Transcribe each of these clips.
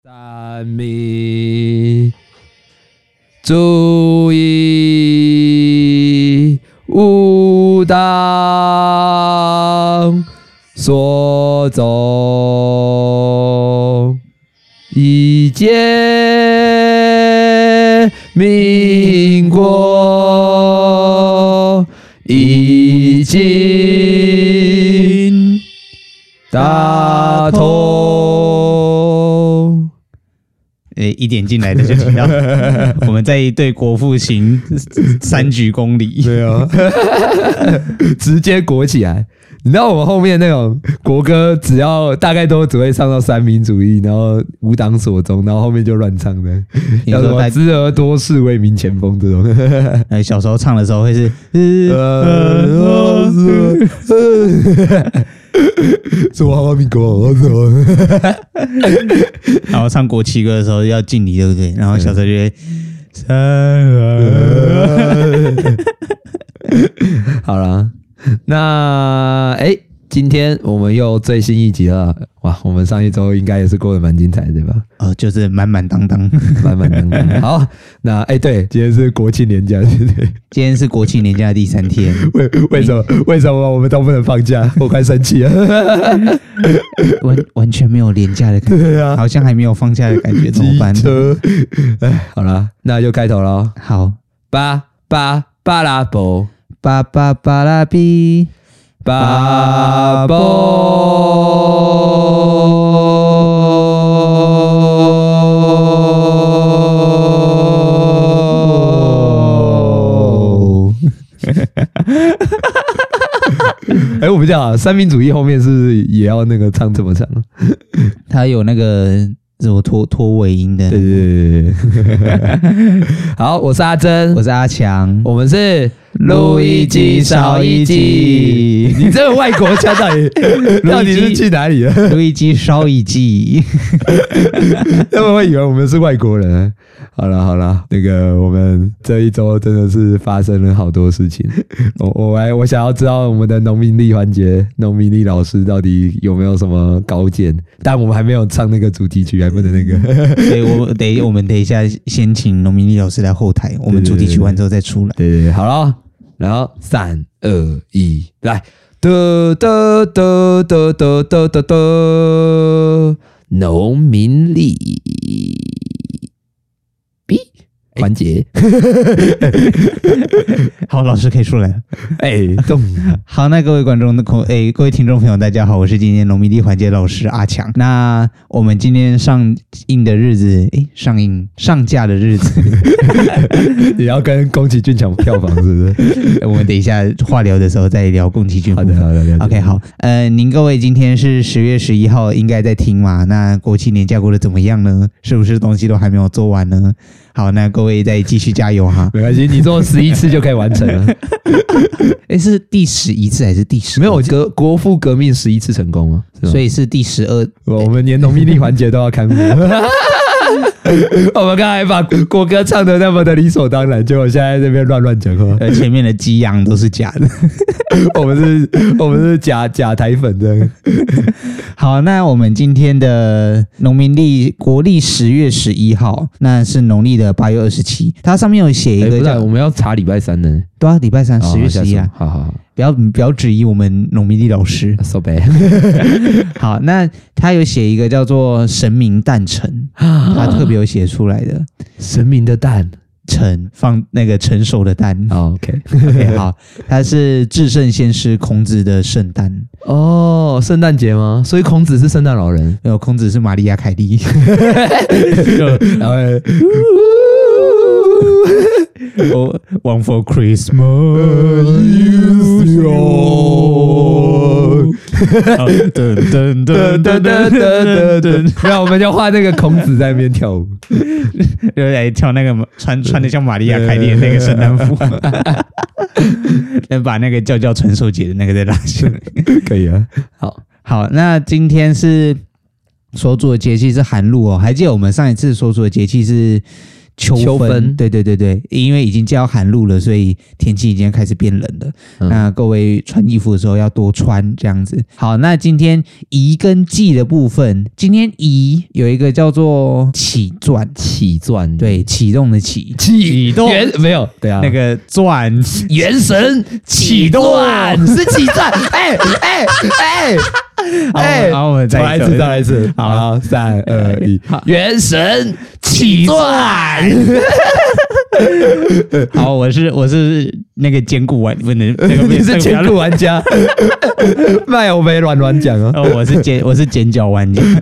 三民主义无党所宗，一届民国已经大同。 一点进来的就听到我们在对国父行3鞠躬礼， 对啊，直接国起来。你知道我们后面那种国歌，大概都只会唱到三民主义，然后无党所宗，然后后面就乱唱的，叫什么知而多士为民前锋这种。 小时候唱的时候会是中华民国， 然后唱国旗歌的时候要敬礼，对不对？然后小时候就会好啦，那今天我们又最新一集了，哇！我们上一周应该也是过得蛮精彩的，对吧？ 就是满满当当， 满满当当。好，那对，今天是国庆连假，对不对？ 今天是国庆连假的第3天。 为什么我们都不能放假？我快生气了。 完全没有连假的感觉， 对啊， 好像还没有放假的感觉，怎么办？ 好了，那就开头了。 好， 巴拉波， 巴拉比。 巴波，我们讲三民主义后面是也要那个唱这么长， 他有那个什么拖尾音的。 对。好，我是阿珍， 我是阿强， 我们是录一集少一集。你这个外国腔到底是去哪里了？ 录一集少一集， 他们会以为我们是外国人。好了，那个我们这一周真的是发生了好多事情。我想要知道我们的农民历环节，农民历老师到底有没有什么高见？但我们还没有唱那个主题曲，还不能那个。 所以我们等一下先请农民历老师来后台，我们主题曲完之后再出来。 对，好了，然后3、2、1，来，农民历。环节， 好，老师可以出来了。 动。 好，那各位观众各位听众朋友，大家好，我是今天农民历环节老师阿强。那我们今天上映的日子，上架的日子， 也要跟宫崎骏抢票房，是不是？ 我们等一下话聊的时候再聊宫崎骏。 好的。 OK， 好，您各位今天是10月11号，应该在听嘛？那国庆年假过得怎么样呢？是不是东西都还没有做完呢？好，那各位再继续加油哈！ 没关系，你做11次就可以完成了。 是第11次还是第10？ 没有，国父革命11次成功吗？ 所以是第12。 我们连农民历环节都要看过。我们刚才把国歌唱的那么的理所当然，结果现在这边乱讲话。 前面的激昂都是假的。 我们是假台粉的。 好，那我们今天的农民历国历10月11号，那是农历的8月27，它上面有写一个我们要查礼拜3呢。 对啊，礼拜310月11啊。 好， 不要质疑我们农民历老师。 So bad。 好，那他有写一个叫做神明诞辰，他特别有写出来的神明的诞。 放那个成熟的蛋。 OK， 好，它是至圣先师孔子的圣诞。 圣诞节吗？所以孔子是圣诞老人？ 没有，孔子是玛利亚凯莉。 然后 One for Christmas is yours。 然后我们就画那个孔子在那边跳舞， 就来跳那个穿的像玛利亚凯莉的那个圣诞服，把那个叫传授节的那个再拉下来。 可以啊。 好，那今天是所处的节气是寒露哦。还记得我们上一次所处的节气是秋分，对，因为已经将要寒露了，所以天气已经开始变冷了。那各位穿衣服的时候要多穿这样子。好，那今天宜跟忌的部分，今天宜有一个叫做起传，对，启动的启动没有，对啊， 那个传元神启断是启传， 好，我们再来一次，好，3、2、1，元神启断。 好，我是那个兼顾玩，不能那个你是兼顾玩家，卖我没乱讲哦。 我是尖角玩家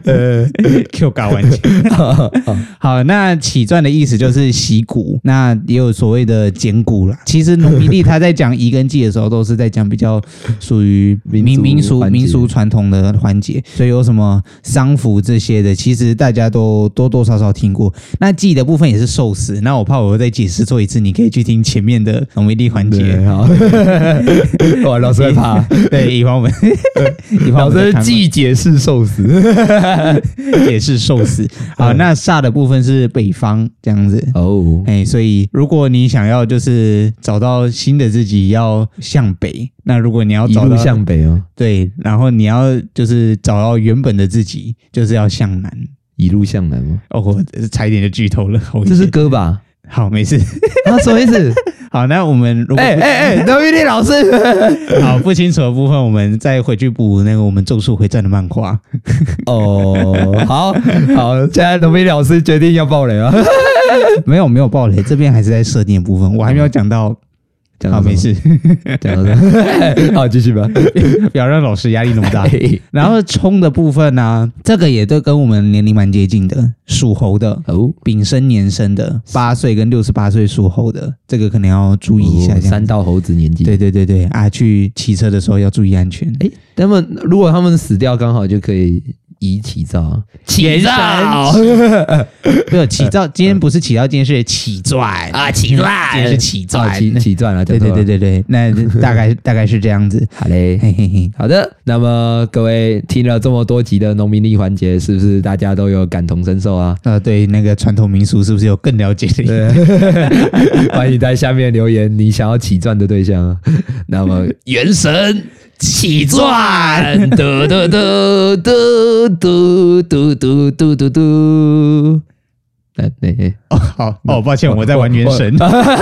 ，Q 嘎玩家。好，那起传的意思就是习古，那也有所谓的简古啦。其实农民历他在讲宜跟忌的时候，都是在讲比较属于民俗传统的环节，所以有什么丧服这些的，其实大家都多多少少听过。那忌的部分也是寿司，那我怕我会再解释做一次，你可以去听前面的农民历环节。 好，哇，老师会怕。 对，以防我们老师忌解释寿司， 解释寿司。好，那煞的部分是北方这样子哦。 所以如果你想要就是找到新的自己，要向北。那如果你要找到一路向北哦， 对，然后你要就是找到原本的自己，就是要向南。 一路向南吗？ 哦，我差一点就剧透了。 这是歌吧？ 好，没事。 什么意思？ 好，那我们如果农民历老师， 好，不清楚的部分，我们再回去补那个我们咒术回战的漫画。 哦，好，现在农民历老师决定要爆雷了。 没有爆雷，这边还是在设定的部分，我还没有讲到。好，没事， 讲到这，好，继续吧， 不要让老师压力那么大。然后冲的部分呢，这个也都跟我们年龄蛮接近的，属猴的丙申年生的，8岁跟68岁属猴的，这个可能要注意一下。 3到猴子年纪， 对啊，去骑车的时候要注意安全。 如果他们死掉，刚好就可以。宜起灶，起灶， 没有起灶。今天不是起灶，今天是起传啊，起传，今天是起传， 起传了。 对，那大概是这样子。 好嘞，好的。那么各位听了这么多集的农民历环节，是不是大家都有感同身受啊？ 对，那个传统民俗是不是有更了解的？ 对，欢迎在下面留言你想要起传的对象。那么元神。起传，嘟嘟嘟嘟嘟嘟嘟嘟嘟嘟。 好，抱歉，我在玩原神。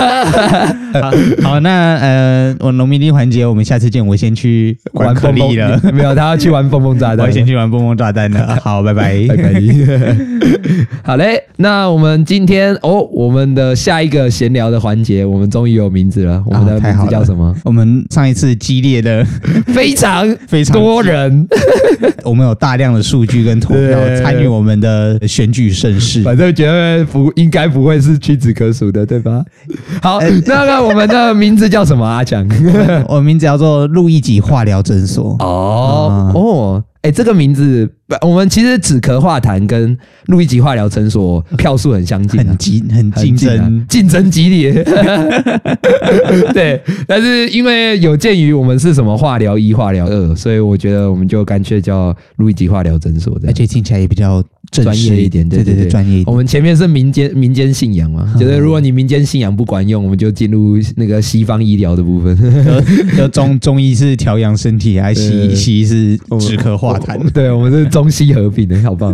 好，那我农民历环节，我们下次见。我先去玩可丽了， 没有，他要去玩蹦蹦炸弹。 我先去玩蹦蹦炸弹了。好，拜拜。 好嘞，那我们今天我们的下一个闲聊的环节，我们终于有名字了。我们的名字叫什么？ 我们上一次激烈的非常多人， 我们有大量的数据跟投票参与我们的选举盛事。 反正觉得应该不会是屈指可数的，对吧？好，那个我们的名字叫什么？阿强， 我名字叫做陆一吉化疗诊所。 这个名字我们其实止咳化痰跟陆一吉化疗诊所票数很相近， 很竞争激烈。对，但是因为有鉴于我们是什么化疗1、化疗2，所以我觉得我们就干脆叫陆一吉化疗诊所， 而且听起来也比较专业一点。对， 专业一点。 我们前面是民间信仰嘛，就是如果你民间信仰不管用，我们就进入那个西方医疗的部分。 中医是调养身体，还西医是止咳化痰。 对，我们是中西合并的，好棒。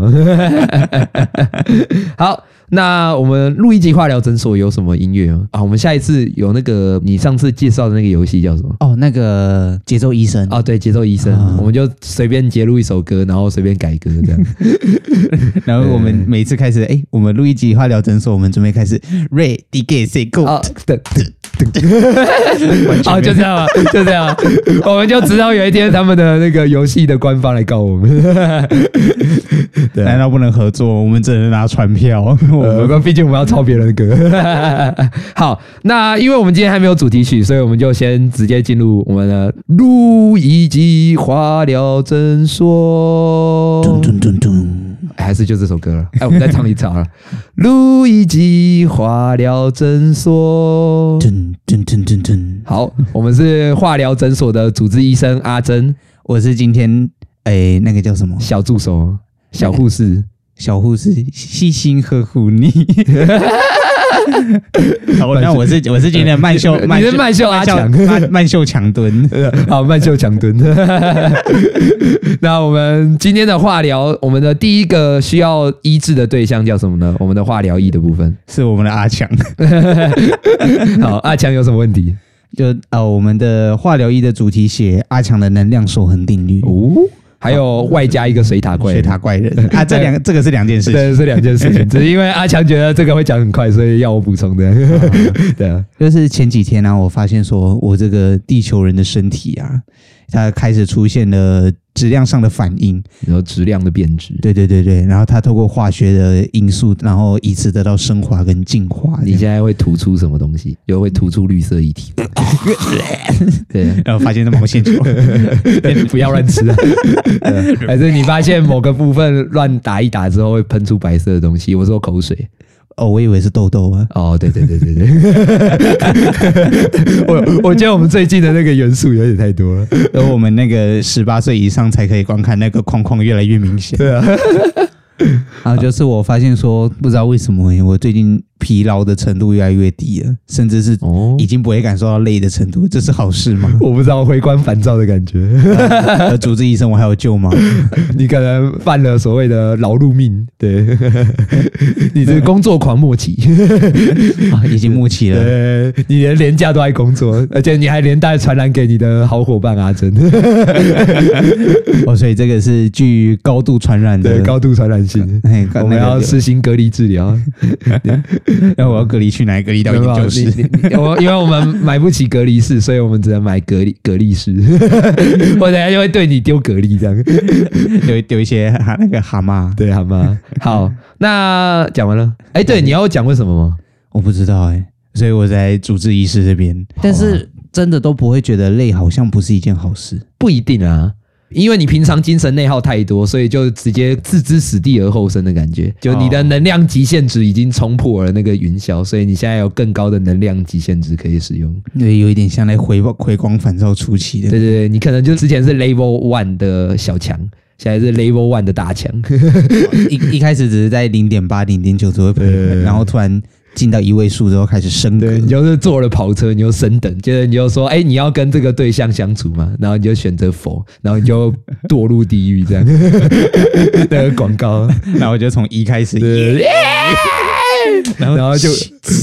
好，那我们陆一吉化疗诊所有什么音乐啊？我们下一次有那个你上次介绍的那个游戏叫什么？ 那个节奏医生。 对，节奏医生，我们就随便截录一首歌，然后随便改歌这样。 然后我们每次开始，我们陆一吉化疗诊所，我们准备开始 Ready Get Set Go。 就这样，我们就知道有一天他们的那个游戏的官方来告我们。 难道不能合作？我们只能拿传票。 毕竟我们要抄别人的歌。好，那因为我们今天还没有主题曲，所以我们就先直接进入我们的陆一吉化疗诊所。还是就这首歌了。我们再唱一次好了。陆一吉化疗诊所。好，我们是化疗诊所的主治医生阿珍， 我是今天那个叫什么小助手、小护士， 细心呵护你。 好，那我是今天的慢秀， 你是慢秀阿强， 慢秀强蹲。 好，慢秀强蹲。那我们今天的化疗，我们的第一个需要医治的对象叫什么呢？我们的化疗医的部分是我们的阿强。 好，阿强有什么问题？ 就我们的化疗医的主题写阿强的能量守恒定律哦。还有外加一个水塔怪人啊，这个是两件事情， 对，是两件事情，只是因为阿强觉得这个会讲很快，所以要我补充的。对啊， 就是前几天呢，我发现说我这个地球人的身体啊，它开始出现了质量上的反应， 然后质量的变质， 对，然后它透过化学的因素，然后以此得到升华跟进化。 你现在会吐出什么东西？又会吐出绿色液体。对， 然后发现是毛线球， 不要乱吃啊！还是你发现某个部分乱打一打之后会喷出白色的东西？我说口水。 哦，我以为是痘痘啊。 哦，对。我觉得我们最近的那个元素有点太多了。 而我们那个18岁以上才可以观看那个框框越来越明显。 对啊。 然后就是我发现说，不知道为什么我最近疲劳的程度越来越低了，甚至是已经不会感受到累的程度，这是好事吗？ 我不知道，回光返照的感觉。 主治医生，我还有救吗？ 你可能犯了所谓的劳碌命，对，你是工作狂末期。 已经末期了。 对，你连假都在工作，而且你还连带传染给你的好伙伴阿珍。 所以这个是具高度传染的， 对，高度传染性。我们要实行隔离治疗。 那我要隔离去哪里？隔离到研究室。 因为我们买不起隔离室，所以我们只能买隔离室。我等下就会对你丢蛤蜊这样， 丢一些那个蛤蟆。 对，蛤蟆。好，那讲完了。对，你要讲为什么吗？ 我不知道所以我在主治医师这边。但是真的都不会觉得累，好像不是一件好事。 不一定啊。因为你平常精神内耗太多，所以就直接置之死地而后生的感觉，就你的能量极限值已经冲破了那个云霄，所以你现在有更高的能量极限值可以使用。对， 有一点像在回光返照初期的。 对，你可能就之前是 Level 1的小强，现在是 Level 1的大强。 一开始只是在 0.8、0.9 左右，然后突然进到1位数之后开始升格。 对，你就是坐了跑车，你就升等，接着你就说，你要跟这个对象相处嘛，然后你就选择否，然后你就堕入地狱这样。那个广告， 然后就从1开始，然后就，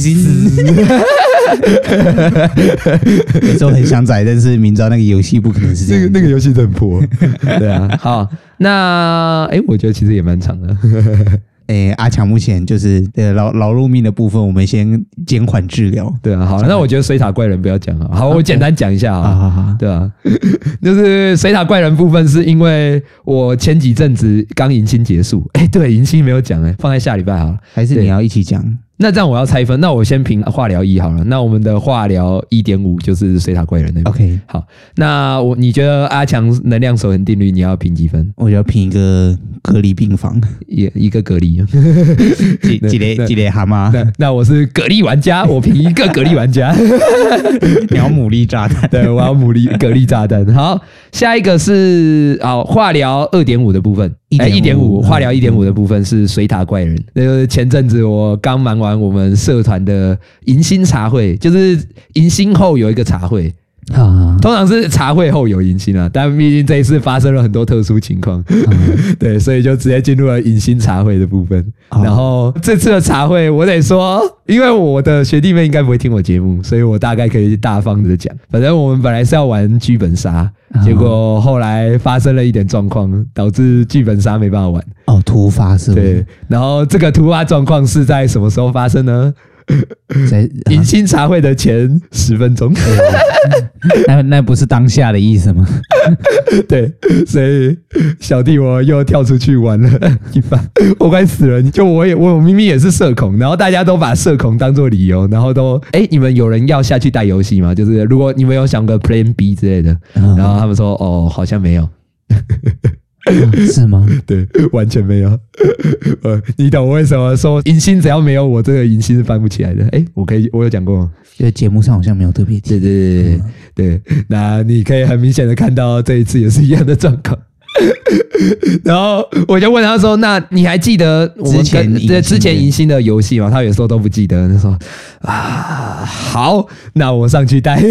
有时候很想载，但是明知道那个游戏不可能是这样， 那个游戏真很破。对啊，好，那我觉得其实也蛮长的。 阿强目前就是劳碌命的部分，我们先减缓治疗。 对啊，好，那我觉得水塔怪人不要讲了。好，我简单讲一下啊。好，对啊，就是水塔怪人部分，是因为我前几阵子刚迎新结束。对，迎新没有讲放在下礼拜好了。 还是你要一起讲？ 那这样我要拆分，那我先评化疗1好了。那我们的化疗 1.5 就是水塔怪人那边。 OK， 好，那你觉得阿强能量守恒定律你要评几分？ 我要评一个隔离病房， 一个隔离， 几类蛤蟆。 那我是蛤蜊玩家，我评一个蛤蜊玩家。 你要牡蛎炸弹， 对，我要蛤蜊炸弹。好，下一个是化疗 2.5 的部分。1.5 化疗 1.5 的部分是水塔怪人，就是前阵子我刚忙完我们社团的迎新茶会，就是迎新后有一个茶会。通常是茶会后有迎新啊，但毕竟这一次发生了很多特殊情况，对，所以就直接进入了迎新茶会的部分。然后这次的茶会，我得说，因为我的学弟妹应该不会听我节目，所以我大概可以大方的讲。反正我们本来是要玩剧本杀，结果后来发生了一点状况，导致剧本杀没办法玩。 突发是吧？ 对，然后这个突发状况是在什么时候发生呢？迎新茶会的前10分钟。 那不是当下的意思吗？ 对，所以小弟我又跳出去玩了一番，我快死了。我明明也是社恐，然后大家都把社恐当作理由，然后都你们有人要下去带游戏吗？就是如果你们有想个 Plan B 之类的，然后他们说好像没有。 是吗？ 对，完全没有。你懂我为什么说迎新只要没有我，这个迎新是翻不起来的？我有讲过吗？ 因为节目上好像没有特别提。 对，那你可以很明显的看到这一次也是一样的状况。 然后我就问他说：“那你还记得我们之前迎新的游戏吗？”他有时候都不记得，他说：“啊，好，那我上去带。”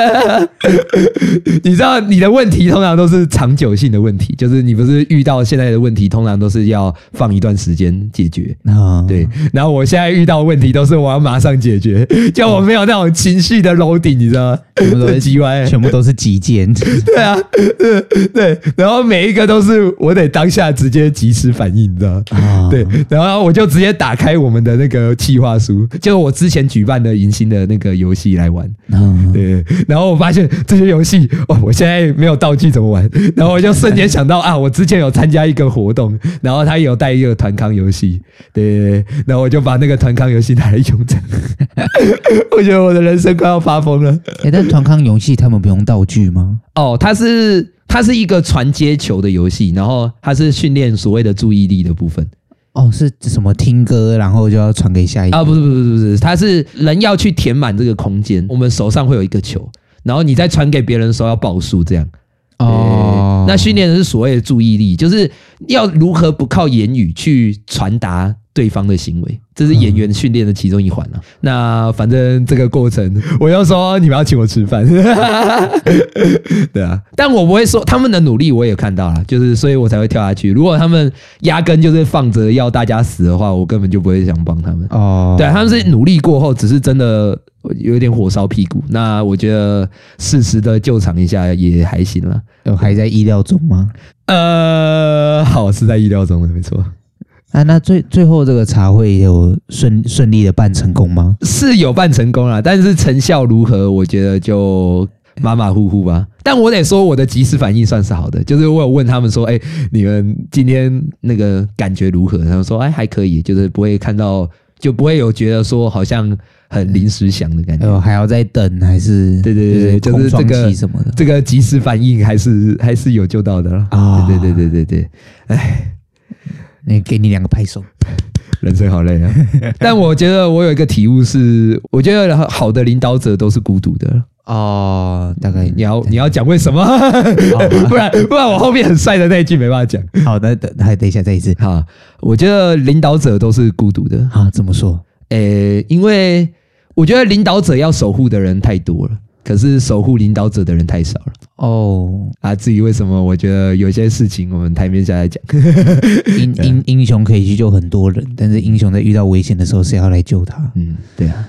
你知道你的问题通常都是长久性的问题，就是你不是遇到现在的问题，通常都是要放一段时间解决。对，然后我现在遇到的问题都是我要马上解决，就我没有那种情绪的楼顶，你知道吗？ 全部都是急歪，全部都是急件。 对啊，对，然后每一个都是我得当下直接及时反应，你知道吗？对，然后我就直接打开我们的那个企划书，就是我之前举办的迎新的那个游戏来玩。对，然后我发现这些游戏我现在没有道具怎么玩，然后我就瞬间想到啊，我之前有参加一个活动，然后他有带一个团康游戏，对，然后我就把那个团康游戏拿来用着。我觉得我的人生快要发疯了。 但团康游戏他们不用道具吗？ 它是一个传接球的游戏，然后它是训练所谓的注意力的部分。 是什么听歌，然后就要传给下一个？ 不是，它是人要去填满这个空间，我们手上会有一个球，然后你在传给别人的时候要报数，这样。那训练的是所谓的注意力，就是要如何不靠言语去传达对方的行为，这是演员训练的其中一环了。那反正这个过程，我又说你们要请我吃饭，对啊，但我不会说他们的努力我也看到了，就是所以我才会跳下去。如果他们压根就是放着要大家死的话，我根本就不会想帮他们。对啊，他们是努力过后，只是真的有点火烧屁股。那我觉得适时的救场一下也还行了。 还在意料中吗？ 好，是在意料中的，没错。 那最后这个茶会有顺利的办成功吗？ 是有办成功啦，但是成效如何，我觉得就马马虎虎吧。但我得说，我的即时反应算是好的，就是我有问他们说，你们今天那个感觉如何？他们说，还可以，就是不会看到，就不会有觉得说好像很临时想的感觉。 还要再等，还是对，就是这个什么的， 这个即时反应还是有救到的了。对， 那给你2个拍手。 人生好累啊！但我觉得我有一个体悟是，我觉得好的领导者都是孤独的。 大概你要讲为什么？不然我后面很帅的那一句没办法讲。 好的，等一下再一次。 好，我觉得领导者都是孤独的。 怎么说？ 因为我觉得领导者要守护的人太多了，可是守护领导者的人太少了。至于为什么，我觉得有些事情我们台面下来讲。 英雄可以去救很多人，但是英雄在遇到危险的时候，谁要来救他？ 对啊。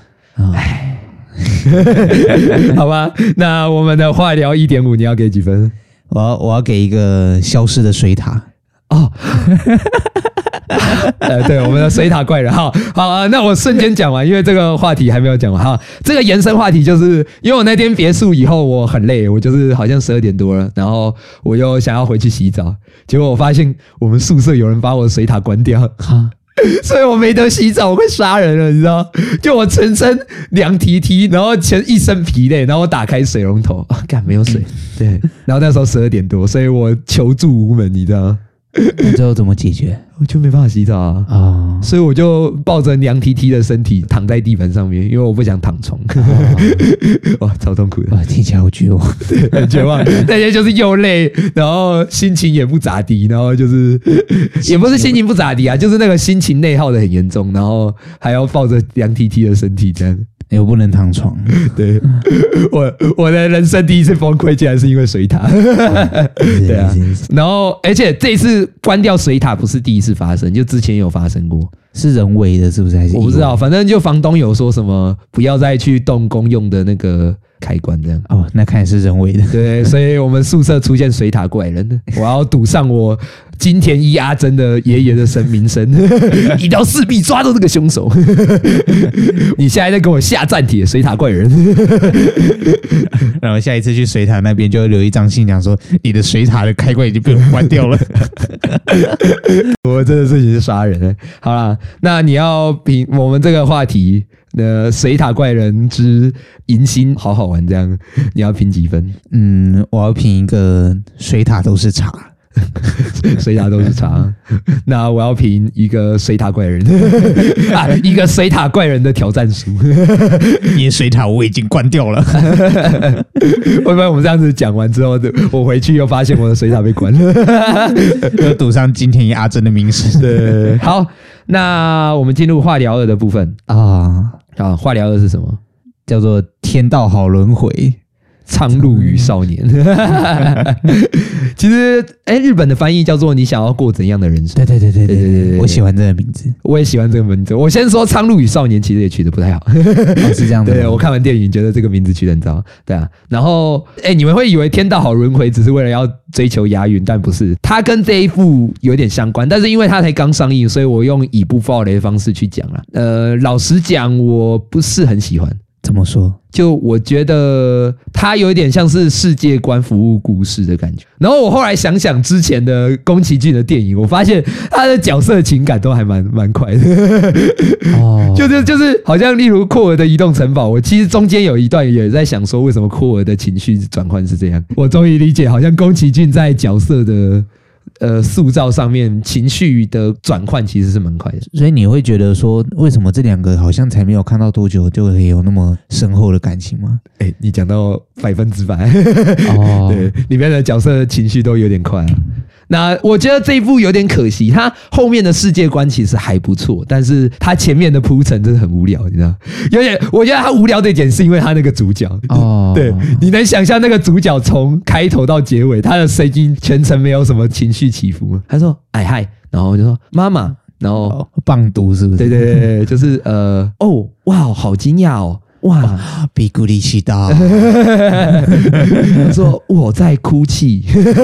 好吧，那我们的话聊 1.5， 你要给几分？ 我要给一个消失的水塔。 对，我们的水塔怪人。好，那我瞬间讲完，因为这个话题还没有讲完。好，这个延伸话题就是因为我那天别墅以后我很累，我就是好像12点多了，然后我又想要回去洗澡，结果我发现我们宿舍有人把我的水塔关掉。所以我没得洗澡，我快杀人了，你知道？就我全身凉踢踢，然后一身疲累，然后我打开水龙头，没有水。对，然后那时候12点多，所以我求助无门，你知道吗？ 那最后怎么解决？ 我就没办法洗澡啊，所以我就抱着凉踢踢的身体躺在地板上面，因为我不想躺床。哇，超痛苦的， 听起来好绝望， 很绝望。那天就是又累，然后心情也不咋地，然后就是也不是心情不咋地啊，就是那个心情内耗的很严重，然后还要抱着凉踢踢的身体这样。 我不能躺床。 对，我的人生第一次崩溃，竟然是因为水塔。对啊，然后而且这一次关掉水塔不是第一次发生，就之前有发生过。 是人为的，是不是？还是我不知道，反正就房东有说什么不要再去动公用的那个开关这样。 那看来是人为的。 对，所以我们宿舍出现水塔怪人，我要赌上我金田一阿珍的爷爷的神名声，一定要势必抓到这个凶手。你现在在跟我下战帖，水塔怪人。 然后下一次去水塔那边就留一张信，讲说你的水塔的开关已经被我关掉了。 我真的是已经杀人了。好啦，那你要评我们这个话题水塔怪人之迎新好好玩这样，你要评几分？ 我要评一个水塔都是茶。 水塔都是茶。那我要评一个水塔怪人啊，一个水塔怪人的挑战书。 你的水塔我已经关掉了。 会不会我们这样子讲完之后，我回去又发现我的水塔被关了， 又赌上金田一阿珍的名声。 对，好，那我们进入化疗2的部分啊。 好，化疗2是什么？ 叫做天道好轮回。 苍鹭与少年。其实，日本的翻译叫做你想要过怎样的人生？ 对，我喜欢这个名字， 我也喜欢这个名字。我先说苍鹭与少年其实也取得不太好。 是这样的。 对，我看完电影觉得这个名字取得很糟。对啊，然后你们会以为天道好轮回只是为了要追求押韵，但不是，它跟这一部有点相关，但是因为它才刚上映，所以我用以不暴雷的方式去讲了。老实讲，我不是很喜欢。 怎么说？ 就我觉得它有一点像是世界观服务故事的感觉。然后我后来想想之前的宫崎骏的电影，我发现他的角色情感都还蛮快的。就是好像例如阔儿的移动城堡，我其实中间有一段也在想说，为什么阔儿的情绪转换是这样？我终于理解，好像宫崎骏在角色的塑造上面情绪的转换其实是蛮快的。 所以你会觉得说，为什么这两个好像才没有看到多久就可以有那么深厚的感情吗？ 你讲到100%。对，里面的角色的情绪都有点快啊。那我觉得这一部有点可惜，它后面的世界观其实还不错，但是它前面的铺陈真的很无聊，你知道？有点，我觉得它无聊的一点是因为它那个主角。对，你能想象那个主角从开头到结尾，他的声音全程没有什么情绪起伏吗？他说“哎嗨”，然后我就说“妈妈”，然后棒读是不是？ 对，就是哇，好惊讶哦。哇， 比古力气大。 他说我在哭泣。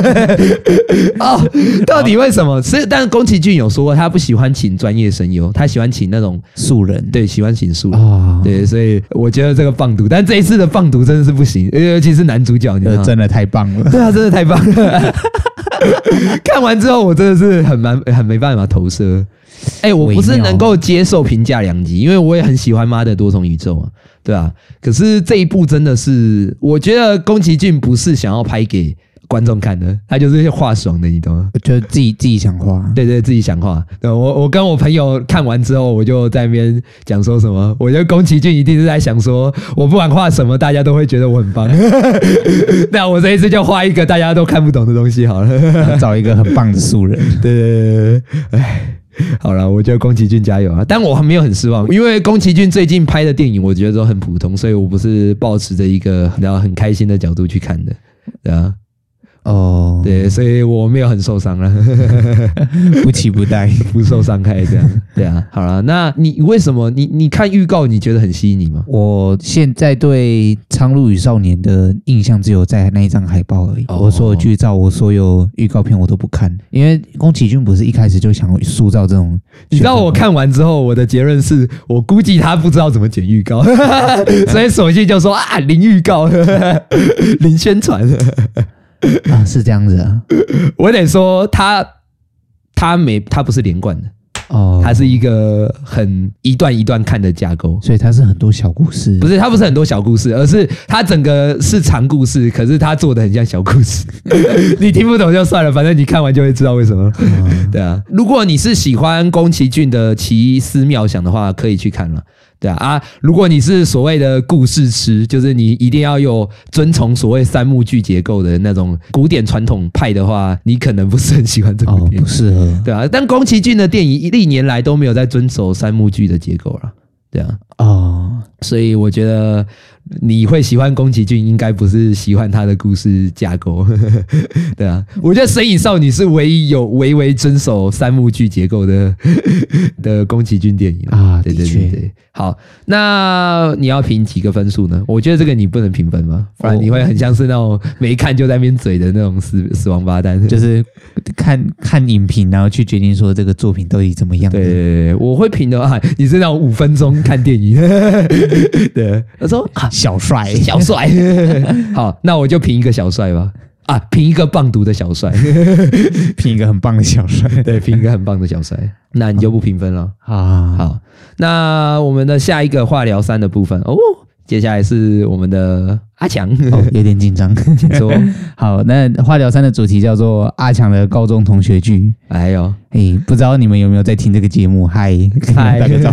到底为什么？但是宫崎骏有说过，他不喜欢请专业声优，他喜欢请那种素人。 对，喜欢请素人。对，所以我觉得这个放毒，但这一次的放毒真的是不行，尤其是男主角，你知道吗？ 真的太棒了。 对啊，真的太棒了。看完之后，我真的是很没办法投射。我不是能够接受评价2级，因为我也很喜欢妈的多重宇宙啊，对啊。可是这一部真的是，我觉得宫崎骏不是想要拍给观众看的，他就是画爽的，你懂吗？ 就自己想画。 对，自己想画。对，我跟我朋友看完之后，我就在那边讲说什么，我觉得宫崎骏一定是在想说，我不管画什么，大家都会觉得我很棒。那我这一次就画一个大家都看不懂的东西好了， 找一个很棒的素人。 对，好了，我觉得宫崎骏加油啊！但我还没有很失望，因为宫崎骏最近拍的电影，我觉得都很普通，所以我不是抱持着一个很开心的角度去看的，对啊。对，所以我没有很受伤了。 不期不待， 不受伤害这样。对啊，好了，那你为什么你看预告你觉得很吸引你吗？ 我现在对《苍鹭与少年》的印象只有在那一张海报而已。我所有剧照，我所有预告片我都不看，因为宫崎骏不是一开始就想塑造这种。 你知道我看完之后，我的结论是我估计他不知道怎么剪预告，所以索性就说零预告，零宣传。 是这样子啊。 我得说他不是连贯的。它是一个很一段一段看的架构， 所以它是很多小故事。 不是，它不是很多小故事，而是它整个是长故事，可是它做的很像小故事。你听不懂就算了，反正你看完就会知道为什么。对啊，如果你是喜欢宫崎骏的奇思妙想的话，可以去看了。对啊，如果你是所谓的故事痴，就是你一定要有遵从所谓三幕剧结构的那种古典传统派的话，你可能不是很喜欢这部电影， 不适合。 对啊，但宫崎骏的电影历年来都没有在遵守三幕剧的结构了。对啊，所以我觉得你会喜欢宫崎骏，应该不是喜欢他的故事架构。对啊，我觉得《神隐少女》是唯一有微遵守三幕剧结构的宫崎骏电影啊。 对。好，那你要评几个分数呢？我觉得这个你不能评分吗？不然你会很像是那种没看就在那边嘴的那种死王八蛋。 就是看影评，然后去决定说这个作品到底怎么样。 对，我会评的话，你是那种5分钟看电影。对，他说小帅。 好，那我就评一个小帅吧。评一个棒读的小帅， 评一个很棒的小帅。 对，评一个很棒的小帅。那你就不评分了。好，那我们的下一个化疗3的部分接下来是我们的阿强， 有点紧张， 请说。 好，那化疗3的主题叫做阿强的高中同学剧。 哎呦， 不知道你们有没有在听这个节目？嗨，大家早，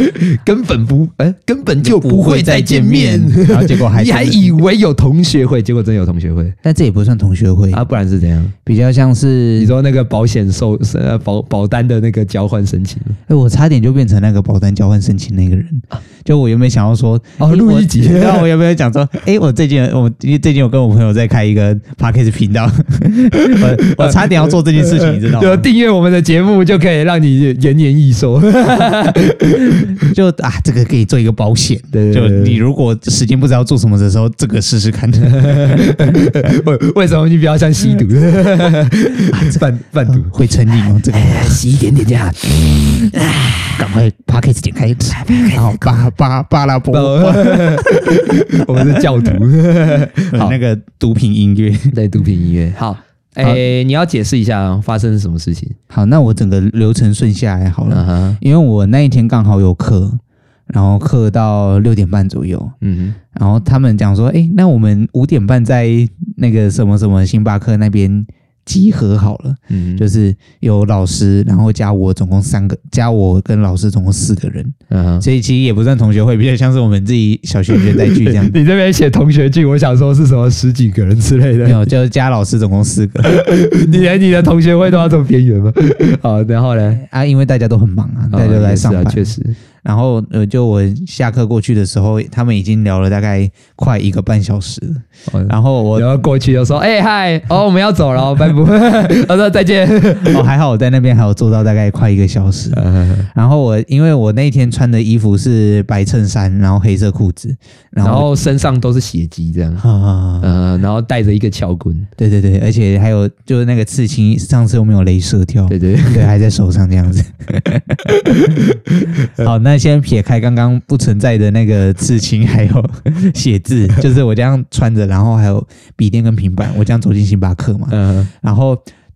根本就不会再见面， 然后结果你还以为有同学会，结果真有同学会， 但这也不算同学会啊，不然是怎样？ 比较像是你说那个保险保单的那个交换申请， 我差点就变成那个保单交换申请那个人，就我原本想要说录一集， 然后我有没有讲说，我最近有跟我朋友在开一个 podcast 频道，我差点要做这件事情，你知道吗？ 就订阅我们的节目就可以让你延年益寿， 就这个可以做一个保险， 对， 就你如果时间不知道做什么的时候，这个试试看。 为什么你比较像吸毒？贩毒会成瘾吗？这个吸一点点这样， 赶快 podcast 点开，然后巴拉波， 我们是教徒， 那个毒品音乐， 对，毒品音乐，好。你要解释一下发生什么事情？ 好，那我整个流程顺下来好了，因为我那一天刚好有课，然后课到6点半左右，然后他们讲说，那我们5点半在那个什么什么星巴克那边集合好了，就是有老师，然后加我总共3个，加我跟老师总共4个人，所以其实也不算同学会，比较像是我们自己小学生在聚这样。 你这边写同学聚，我想说是什么10几个人之类的， 没有，就是加老师总共4个。 你连你的同学会都要这么边缘吗？好，然后呢？ 因为大家都很忙大家都来上班， 确实。 然后就我下课过去的时候，他们已经聊了大概快1个半小时了。然后我过去就说：“嗨，我们要走了，拜拜。”我说再见。 还好我在那边还有坐到大概快1个小时。然后因为我那一天穿的衣服是白衬衫，然后黑色裤子，然后身上都是血迹这样。然后带着一个撬棍。 对，而且还有就是那个刺青，上次我们有雷射跳。对，还在手上这样子。好，那先撇开刚刚不存在的那个刺青，还有写字，就是我这样穿着，然后还有笔电跟平板，我这样走进星巴克嘛。然后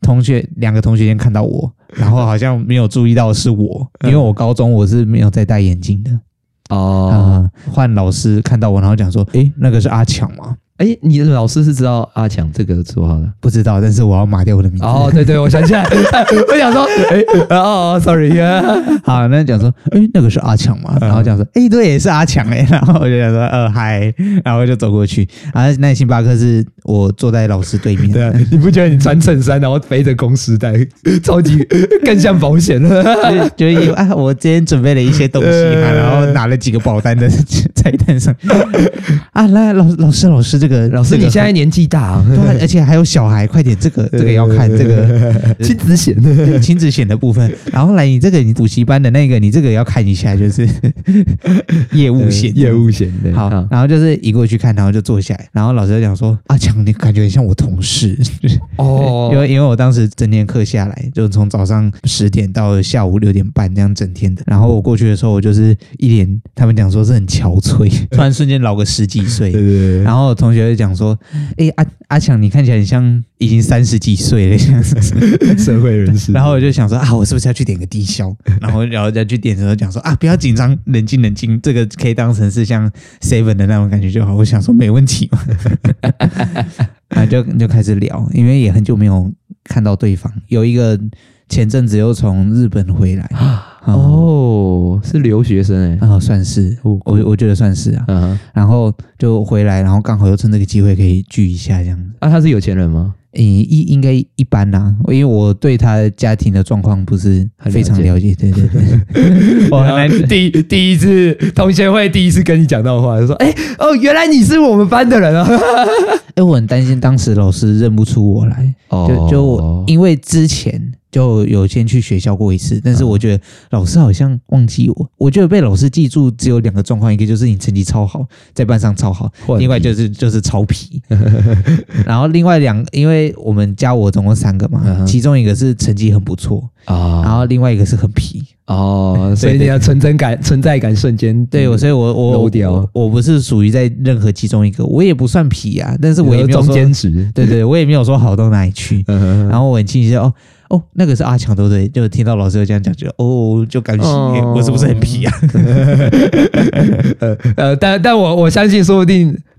2个同学先看到我，然后好像没有注意到是我，因为我高中我是没有在戴眼镜的。换老师看到我，然后讲说：“那个是阿强吗？” 你的老师是知道阿强这个绰号的？ 不知道，但是我要码掉我的名字。 对，我想起来，我想说，sorry 好，那讲说，那个是阿强嘛？然后讲说，对，是阿强然后我就想说，嗨，然后就走过去。那星巴克是我坐在老师对面。 对啊，你不觉得你穿衬衫然后背着公司袋，超级更像保险了？ 就我今天准备了一些东西然后拿了几个保单的菜单上。来，老师这个。 老师，你现在年纪大对，而且还有小孩，快点，这个要看这个亲子险亲子险的部分。然后来，你补习班的那个，你这个要看一下，就是业务险对。 好，然后就是移过去看，然后就坐下来，然后老师就讲说：“阿强，你感觉很像我同事。”因为我当时整天课下来，就从早上10点到下午6点半这样整天的。然后我过去的时候，我就是一脸他们讲说是很憔悴，突然瞬间老个10几岁。 对。 然后同学就讲说：“阿强，你看起来很像已经30几岁了， 社会人士。” 然后我就想说我是不是要去点个低消？然后要去点的时候讲说不要紧张，冷静，这个可以当成是像 7 的那种感觉就好。我想说没问题嘛，就开始聊，因为也很久没有看到对方。有一个前阵子又从日本回来。 是留学生算是，我觉得算是然后就回来，然后刚好又趁这个机会可以聚一下这样。 他是有钱人吗？ 应该一般啦，因为我对他家庭的状况不是非常了解。对， 我很难第一次同学会第一次跟你讲到话，就说原来你是我们班的人啊！ 我很担心当时老师认不出我来，就因为之前。就有先去学校过一次，但是我觉得老师好像忘记我。我觉得被老师记住只有2个状况，一个就是你成绩超好，在班上超好，另外就是超皮。然后另外因为我们加我总共3个嘛，其中一个是成绩很不错然后另外一个是很皮。 所以你的存在感瞬间所以我不是属于在任何其中一个，我也不算皮但是我也没有说中间值。 对，我也没有说好到哪里去。然后我很庆幸那个是阿强，对不对？就听到老师这样讲，觉得就感觉我是不是很皮啊？ 但我相信，说不定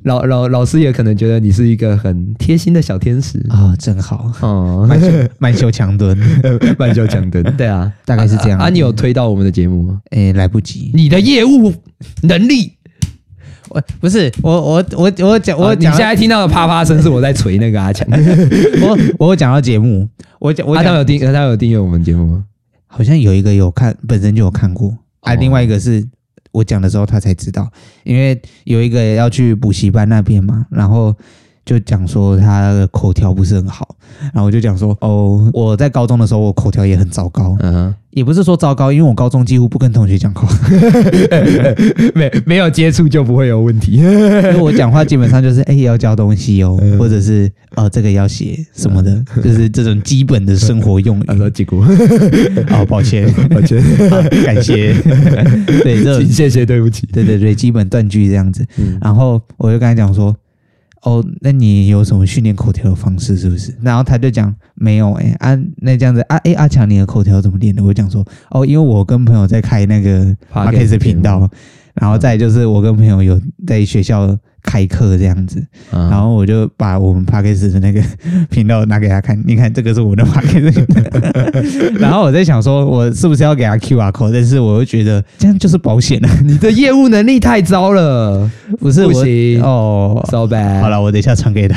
老师也可能觉得你是一个很贴心的小天使啊，真好哦， 慢修强蹲， 慢修强蹲，对啊， 大概是这样啊。你有推到我们的节目吗？ 来不及。 你的业务能力。 不是我讲， 你现在听到的啪啪声是我在捶那个阿强。 我有讲到节目， 他有订阅我们节目吗？ 好像有一个有看，本身就有看过啊。另外一个是我讲的时候他才知道，因为有一个要去补习班那边嘛，然后就讲说他的口条不是很好，然后我就讲说我在高中的时候我口条也很糟糕，也不是说糟糕，因为我高中几乎不跟同学讲话， 没有接触就不会有问题。 因为我讲话基本上就是要交东西哦，或者是这个要写什么的，就是这种基本的生活用语。 他说结果抱歉，感谢，对，这谢谢，对不起， 对，基本断句这样子。然后我就跟他讲说。那你有什么训练口条的方式是不是？然后他就讲没有那这样子阿强你的口条怎么练的？我就讲说因为我跟朋友在开那个 Podcast 频道，然后再就是我跟朋友有在学校开课这样子，然后我就把我们 Podcast 的那个频道拿给他看，你看这个是我的 Podcast， 然后我在想说我是不是要给他 QR code， 但是我又觉得这样就是保险了， 你的业务能力太糟了，不行，so bad。 好了，我等一下传给他。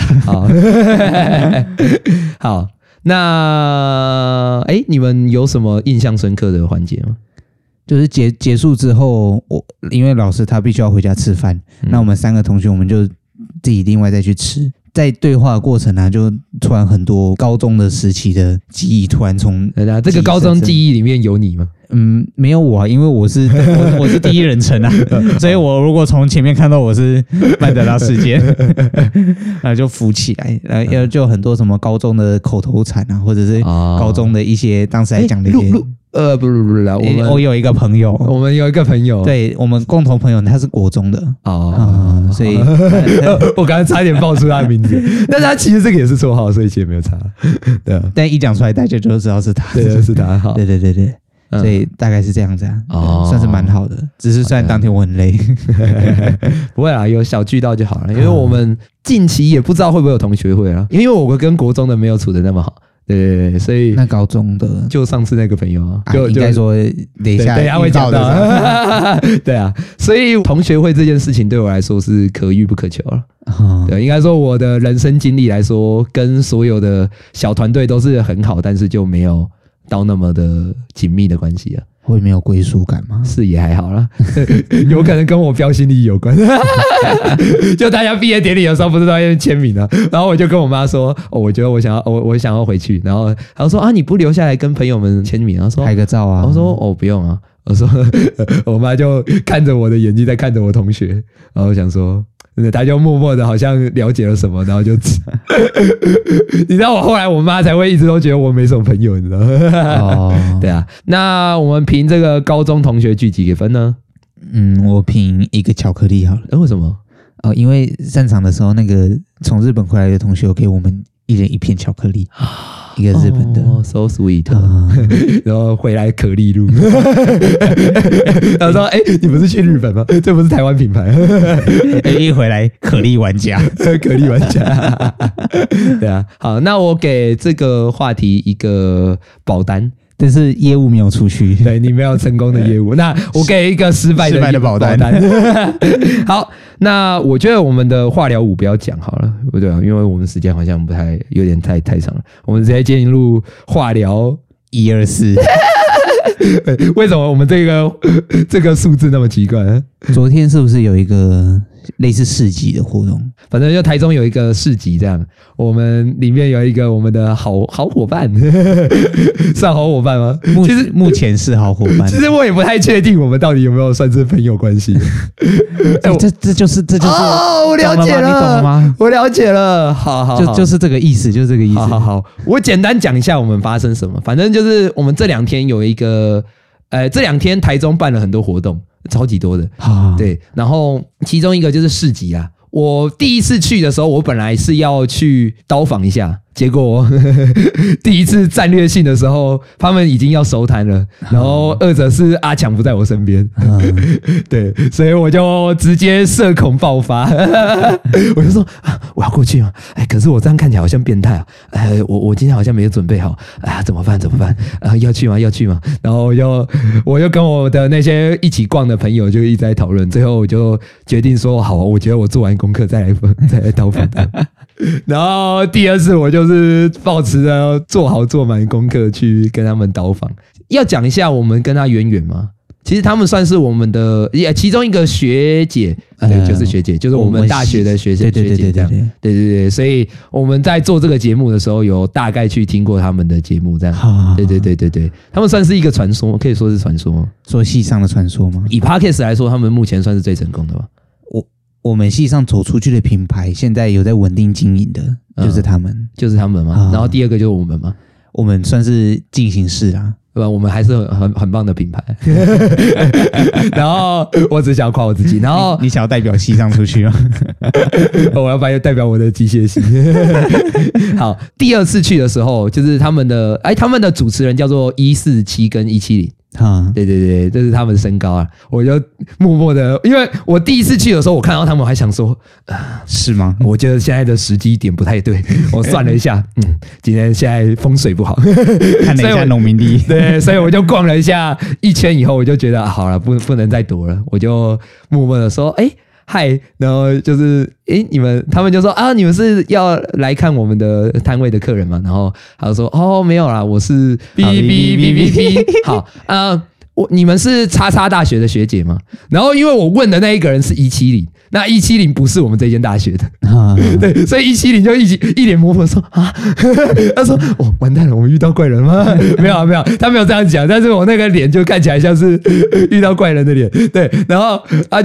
好，那你们有什么印象深刻的环节吗？ 就是结束之后，因为老师他必须要回家吃饭，那我们3个同学我们就自己另外再去吃。在对话的过程啊，就突然很多高中的时期的记忆突然从这个高中记忆里面有你吗？ 没有我啊，因为我是第一人称啊，所以我如果从前面看到我是曼德拉事件，然后就浮起来，然后就很多什么高中的口头禅啊，或者是高中的一些当时来讲的一些。 不， 我有一个朋友， 我们有一个朋友， 对我们共同朋友，他是国中的所以我刚才差点报出他的名字，但是他其实这个也是绰号，所以其实没有差，对啊， 但一讲出来大家就知道是他， 对，是他，好， 对，所以大概是这样子算是蛮好的，只是虽然当天我很累， 不会啦，有小聚到就好了，因为我们近期也不知道会不会有同学会啦，因为我跟国中的没有处得那么好。对，所以那高中的就上次那个朋友应该说等一下会讲到，对啊，所以同学会这件事情对我来说是可遇不可求了。对，应该说我的人生经历来说，跟所有的小团队都是很好，但是就没有到那么的紧密的关系啊。 会没有归属感吗？ 是也还好啦，有可能跟我标新立异有关。就大家毕业典礼的时候，不是都在签名啊？然后我就跟我妈说，我觉得我想要回去。然后她说你不留下来跟朋友们签名？她说拍个照啊。 我说不用啊。我说我妈就看着我的眼睛在看着我同学，然后想说。他就默默的好像了解了什么，然后就你知道我后来我妈才会一直都觉得我没什么朋友，你知道吗？对啊，那我们评这个高中同学聚几个分呢？ 我评1个巧克力好了。 为什么？ 因为散场的时候那个从日本回来的同学给我们1人1片巧克力，一个日本的 ，so sweet，然后回来可丽露，他说你不是去日本吗？这不是台湾品牌， 一回来可丽玩家， 可丽玩家，对啊，好，那我给这个话题一个保单。 但是业务没有出去， 对，你没有成功的业务，那我给一个失败的保单。好，那我觉得我们的化疗5不要讲好了，不对啊，因为我们时间好像有点太长了，我们直接进入化疗 1、2、4。 为什么我们这个数字那么奇怪呢？ 昨天是不是有一个类似市集的活动？ 反正就台中有一个市集，这样我们里面有一个我们的好伙伴，算好伙伴吗？ 其实目前是好伙伴。 其实我也不太确定我们到底有没有算是朋友关系。 这就是我了解了， 你懂了吗？ 我了解了，好， 就是这个意思，就是这个意思。 好，我简单讲一下我们发生什么。反正就是我们这2天有一个，这2天台中办了很多活动，超级多的。对，然后其中一个就是市集啊。我第一次去的时候，我本来是要去刀访一下， 结果第一次战略性的时候，他们已经要收摊了，然后二者是阿强不在我身边，对，所以我就直接社恐爆发，我就说我要过去吗？可是我这样看起来好像变态啊！我今天好像没有准备好啊，怎么办？要去吗？然后我又跟我的那些一起逛的朋友就一直在讨论，最后我就决定说好，我觉得我做完功课再来讨访他。然后第二次我就是抱持着做好做满功课去跟他们导访。要讲一下我们跟他渊源吗？其实他们算是我们的其中一个学姐，对，就是学姐，就是我们大学的学姐这样。对，所以我们在做这个节目的时候，有大概去听过他们的节目，这样。对，他们算是一个传说，可以说是传说， 说系上的传说吗？ 以 Podcast 来说，他们目前算是最成功的吧。 我们系上走出去的品牌，现在有在稳定经营的，就是他们， 嘛。然后第二个就是我们嘛， 我们算是进行式啊， 对吧？我们还是很棒的品牌。然后我只想夸我自己，然后你想要代表系上出去吗？ 我要代表我的机械系。好，第二次去的时候，就是他们的主持人叫做147跟170。对，这是他们的身高啊，我就默默的，因为我第一次去的时候，我看到他们，我还想说， 是吗？ 我觉得现在的时机点不太对，我算了一下，今天现在风水不好， 看了一下农民历， 对，所以我就逛了一下一圈以后，我就觉得好了，不能再躲了，我就默默的说，嗨，然后就是他们就说啊，你们是要来看我们的摊位的客人吗？然后他就说没有啦，我是 B。好你们是叉叉大学的学姐吗？然后因为我问的那一个人是170，那170不是我们这间大学的，对，所以170就一脸模糊说他说完蛋了，我们遇到怪人吗？没有，他没有这样讲，但是我那个脸就看起来像是遇到怪人的脸，对，然后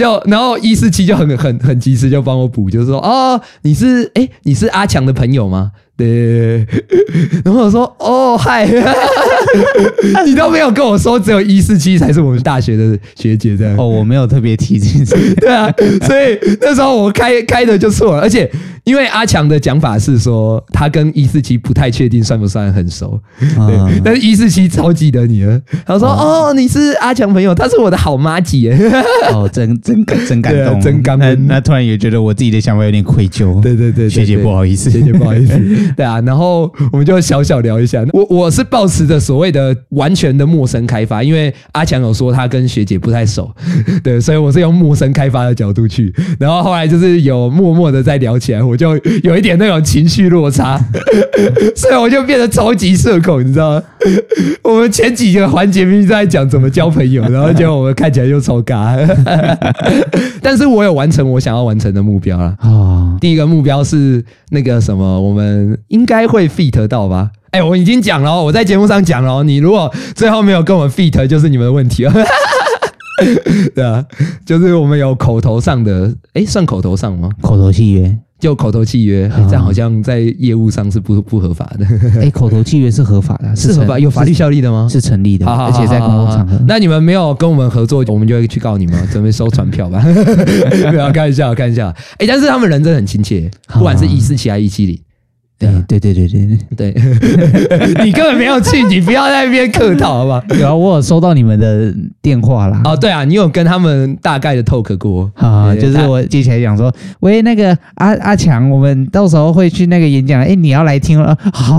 147就很及时就帮我补，就是说你是阿强的朋友吗？对，然后我说嗨，你都没有跟我说，只有147才是我们大学的学姐这样。 我没有特别提这件事。 对啊，所以那时候我开的就错了，而且因为阿强的讲法是说他跟147不太确定算不算很熟，对，但是147超记得你了，他说你是阿强朋友，他是我的好麻吉耶。 真感动， 真感恩。 那突然也觉得我自己的想法有点愧疚。 对， 学姐不好意思。 对啊，然后我们就小聊一下。我是抱持着所谓的完全的陌生开发，因为阿强有说他跟学姐不太熟，对，所以我是用陌生开发的角度去。然后后来就是有默默的在聊起来，我就有一点那种情绪落差，所以我就变得超级社恐，你知道吗？我们前几个环节明明在讲怎么交朋友，然后结果我们看起来就超尬。但是我有完成我想要完成的目标啦。第一个目标是那个什么，我们应该会 fit 到吧？我已经讲了，我在节目上讲了，你如果最后没有跟我 fit， 就是你们的问题了。对啊，就是我们有口头上的，算口头上吗？ 口头契约。 就口头契约，这样好像在业务上是不合法的。 口头契约是合法的， 是合法，有法律效力的吗？ 是成立的， 而且在公共场合。 那你们没有跟我们合作，我们就会去告你们，准备收传票吧。没有，看一下。但是他们人真的很亲切，不管是147还是170。对，你根本没有去，你不要在那边客套，好不好？ 有啊，我有收到你们的电话啦。 对啊，你有跟他们大概的 talk 过就是我接起来讲说，喂，那个阿强，我们到时候会去那个演讲，你要来听了？好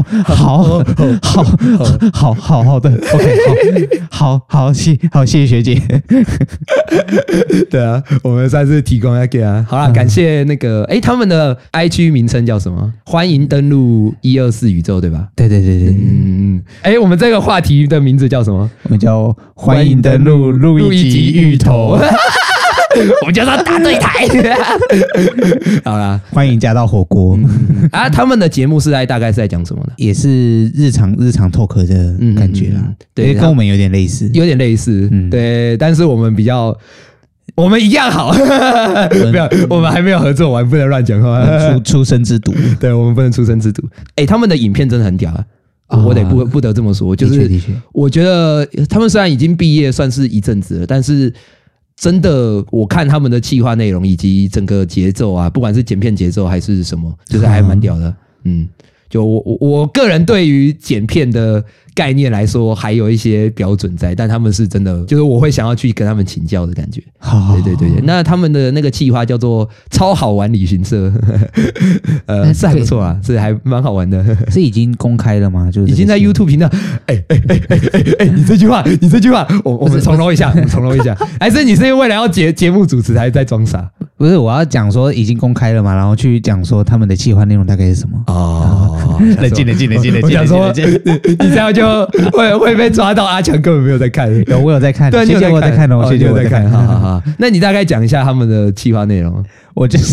的 ，OK， 好，谢谢学姐。 对啊，我们算是提供给啊。好啦，感谢那个，他们的 IG 名称叫什么？欢迎登录124宇宙，对吧？ 对。 我们这个话题的名字叫什么？ 我们叫欢迎登录录一集芋头。 我们叫他打对台。好啦， 欢迎加到火锅。 他们的节目大概是在讲什么呢？ 也是日常 talk 的感觉啦。对，跟我们有点类似。 对，但是我们比较。我们一样好，没有，我们还没有合作完，不能乱讲话。 出生之毒， 对，我们不能出生之毒。他们的影片真的很屌啊！我得不得这么说，就是我觉得他们虽然已经毕业算是一阵子了，但是真的我看他们的企划内容以及整个节奏啊，不管是剪片节奏还是什么，就是还蛮屌的。 就我个人对于剪片的概念来说，还有一些标准在，但他们是真的，就是我会想要去跟他们请教的感觉。对，那他们的那个企划叫做超好玩旅行社，是还不错啊，是还蛮好玩的。 是已经公开了吗？就是已经在 YouTube 频道。你这句话，我们重揉一下，还是你是为了要节目主持还是在装傻？ 不是，我要讲说已经公开了嘛，然后去讲说他们的企划内容大概是什么。冷静。 我想说，你这样就会被抓到。阿强根本没有在看， 我有在看， 对， 谢谢我在看哦，谢谢我在看。 好，那你大概讲一下他们的企划内容。 我就是。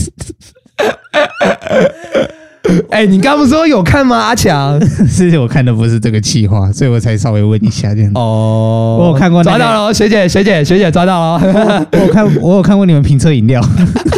你刚不是说有看吗？阿强， 是我看的不是这个企划，所以我才稍微问一下这样。我有看过， 抓到了，学姐抓到了。 我有看过你们评测饮料。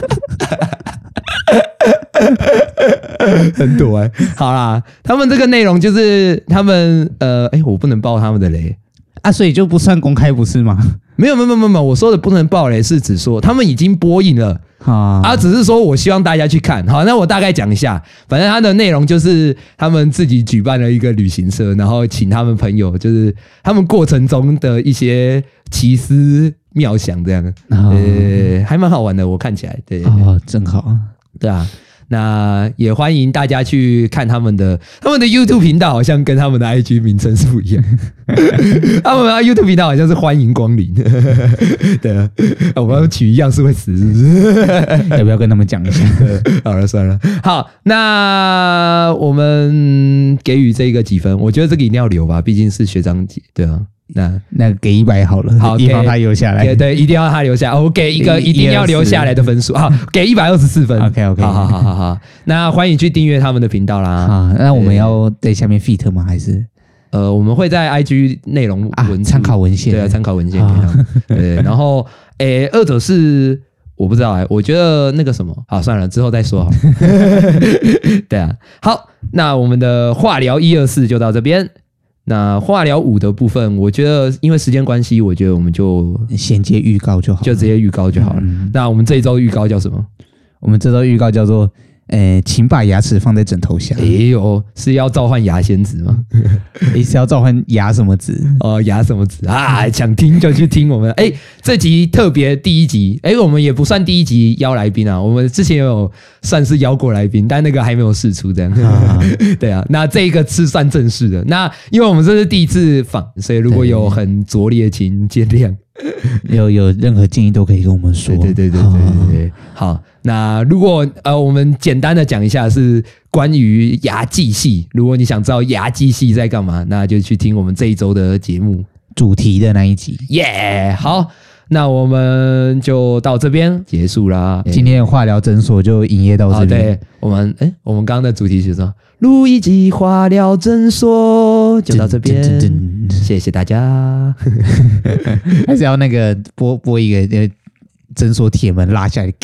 很多好啦，他们这个内容就是他们我不能爆他们的雷啊，所以就不算公开不是吗？ 没有，我说的不能爆雷是指说他们已经播映了只是说我希望大家去看。好，那我大概讲一下，反正它的内容就是他们自己举办了一个旅行社，然后请他们朋友，就是他们过程中的一些奇思妙想这样，还蛮好玩的，我看起来对真好， 对啊。那也欢迎大家去看他们的 YouTube 频道，好像跟他们的 IG 名称是不一样。他们的 YouTube 频道好像是欢迎光临。对啊，我们要取一样是会死，是不是？ 要不要跟他们讲一下？ 好了，算了。好，那我们给予这个几分？我觉得这个一定要留吧，毕竟是学长姐，对啊。 那给100好了， 好， 以防他留下来。 对，一定要他留下。我给一个一定要留下来的分数。好，给124分。 OK， 好。那欢迎去订阅他们的频道啦。 好，那我们要在下面 fit 吗？还是我们会在 IG 内容参考文献， 对啊，参考文献给他们。对，然后二者是我不知道我觉得那个什么，好算了，之后再说好了。对啊，好，那我们的话聊124就到这边。那话聊5的部分，我觉得因为时间关系，我觉得我们就衔接预告就好， 就直接预告就好了。那我们这一周预告叫什么？ 我们这周预告叫做请把牙齿放在枕头下。 是要召唤牙仙子吗？ 是要召唤牙什么子？ 牙什么子啊？想听就去听我们。这集特别第一集，我们也不算第一集邀来宾啊，我们之前有算是邀过来宾，但那个还没有释出这样。对啊，那这个是算正式的。那因为我们这是第一次访，所以如果有很拙劣，请见谅。 有任何建议都可以跟我们说。 对。好，那如果我们简单的讲一下是关于牙技系，如果你想知道牙技系在干嘛，那就去听我们这一周的节目主题的那一集。 好，那我们就到这边结束啦。 今天的化疗诊所就营业到这边。 对，我们刚刚的主题是什么？录一集化疗诊所就到这边，谢谢大家。 还是要那个播一个诊所铁门拉下来，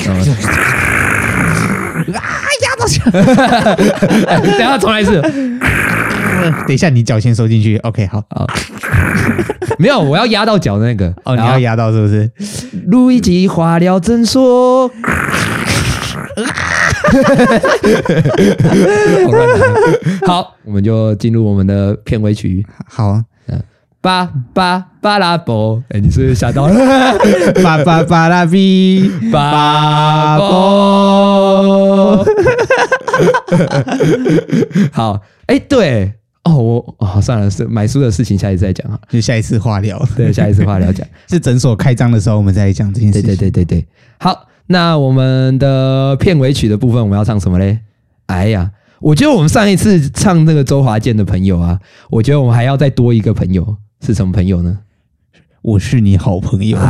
压到下。 等一下重来一次。 等一下你脚先收进去 ，OK， 好。 没有，我要压到脚那个。 你要压到是不是？ 录一集化疗诊所。好，我们就进入我们的片尾曲。 好， 巴拉波，你是不是吓到了？ 巴拉比巴波。 好，对。算了，是买书的事情，下一次再讲哈。 就下一次化疗， 对，下一次化疗讲是诊所开张的时候，我们再讲这件事情。 对。好，那我们的片尾曲的部分，我们要唱什么嘞？我觉得我们上一次唱那个周华健的朋友啊，我觉得我们还要再多一个朋友，是什么朋友呢？ 我是你好朋友。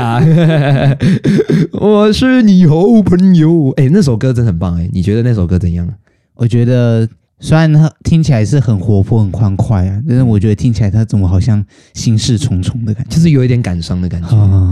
我是你好朋友。那首歌真的很棒。你觉得那首歌怎样？ 我觉得虽然听起来是很活泼很欢快啊，但是我觉得听起来它怎么好像心事重重的感觉， 就是有一点感伤的感觉。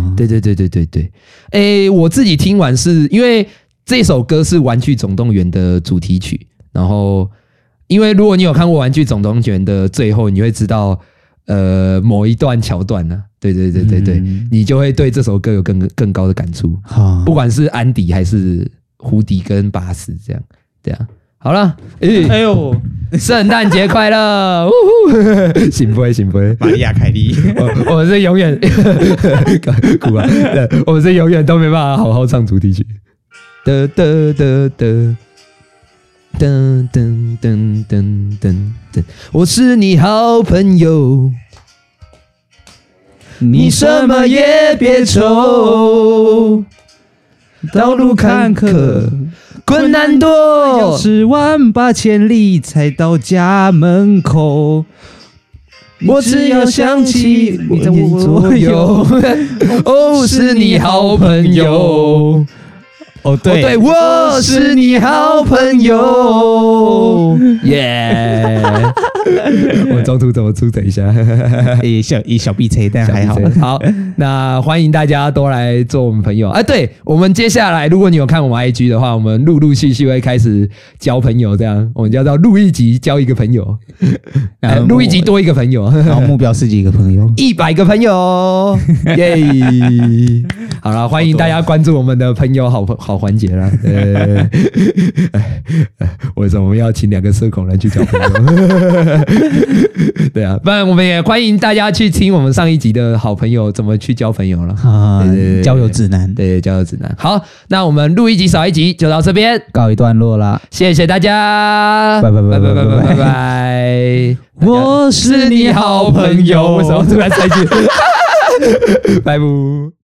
对。我自己听完是因为这首歌是《玩具总动员》的主题曲，然后因为如果你有看过《玩具总动员》的最后，你会知道某一段桥段呢。对，你就会对这首歌有更高的感触。不管是安迪还是胡迪跟巴斯这样，对啊。 好了， 哎呦， 圣诞节快乐！行不会， 玛利亚凯莉， 我们是永远哭啊！我们是永远都没办法好好唱主题曲。噔噔噔噔噔噔噔噔噔，我是你好朋友，你什么也别愁，道路坎坷，困难多， 要是万八千里才到家门口。 我只要想起你在我左右，哦，是你好朋友。 哦，对， 我是你好朋友，耶！我中途怎么出等一下？ 小逼车，但还好。 好，那欢迎大家都来做我们朋友啊！对，我们接下来，如果你有看我们 IG 的话，我们陆陆续续会开始交朋友，这样我们叫做录一集交一个朋友，录一集多一个朋友， 然后目标是几个朋友 ？100个朋友，耶！好了，欢迎大家关注我们的朋友好环节啦。为什么我们要请2个社恐来去交朋友？对啊，不然我们也欢迎大家去听我们上一集的好朋友怎么去交朋友了啊，交友指南， 对，交友指南。好，那我们录一集少一集就到这边告一段落啦， 谢谢大家， 拜拜拜拜拜拜拜拜。我是你好朋友，为什么突然猜句？拜拜。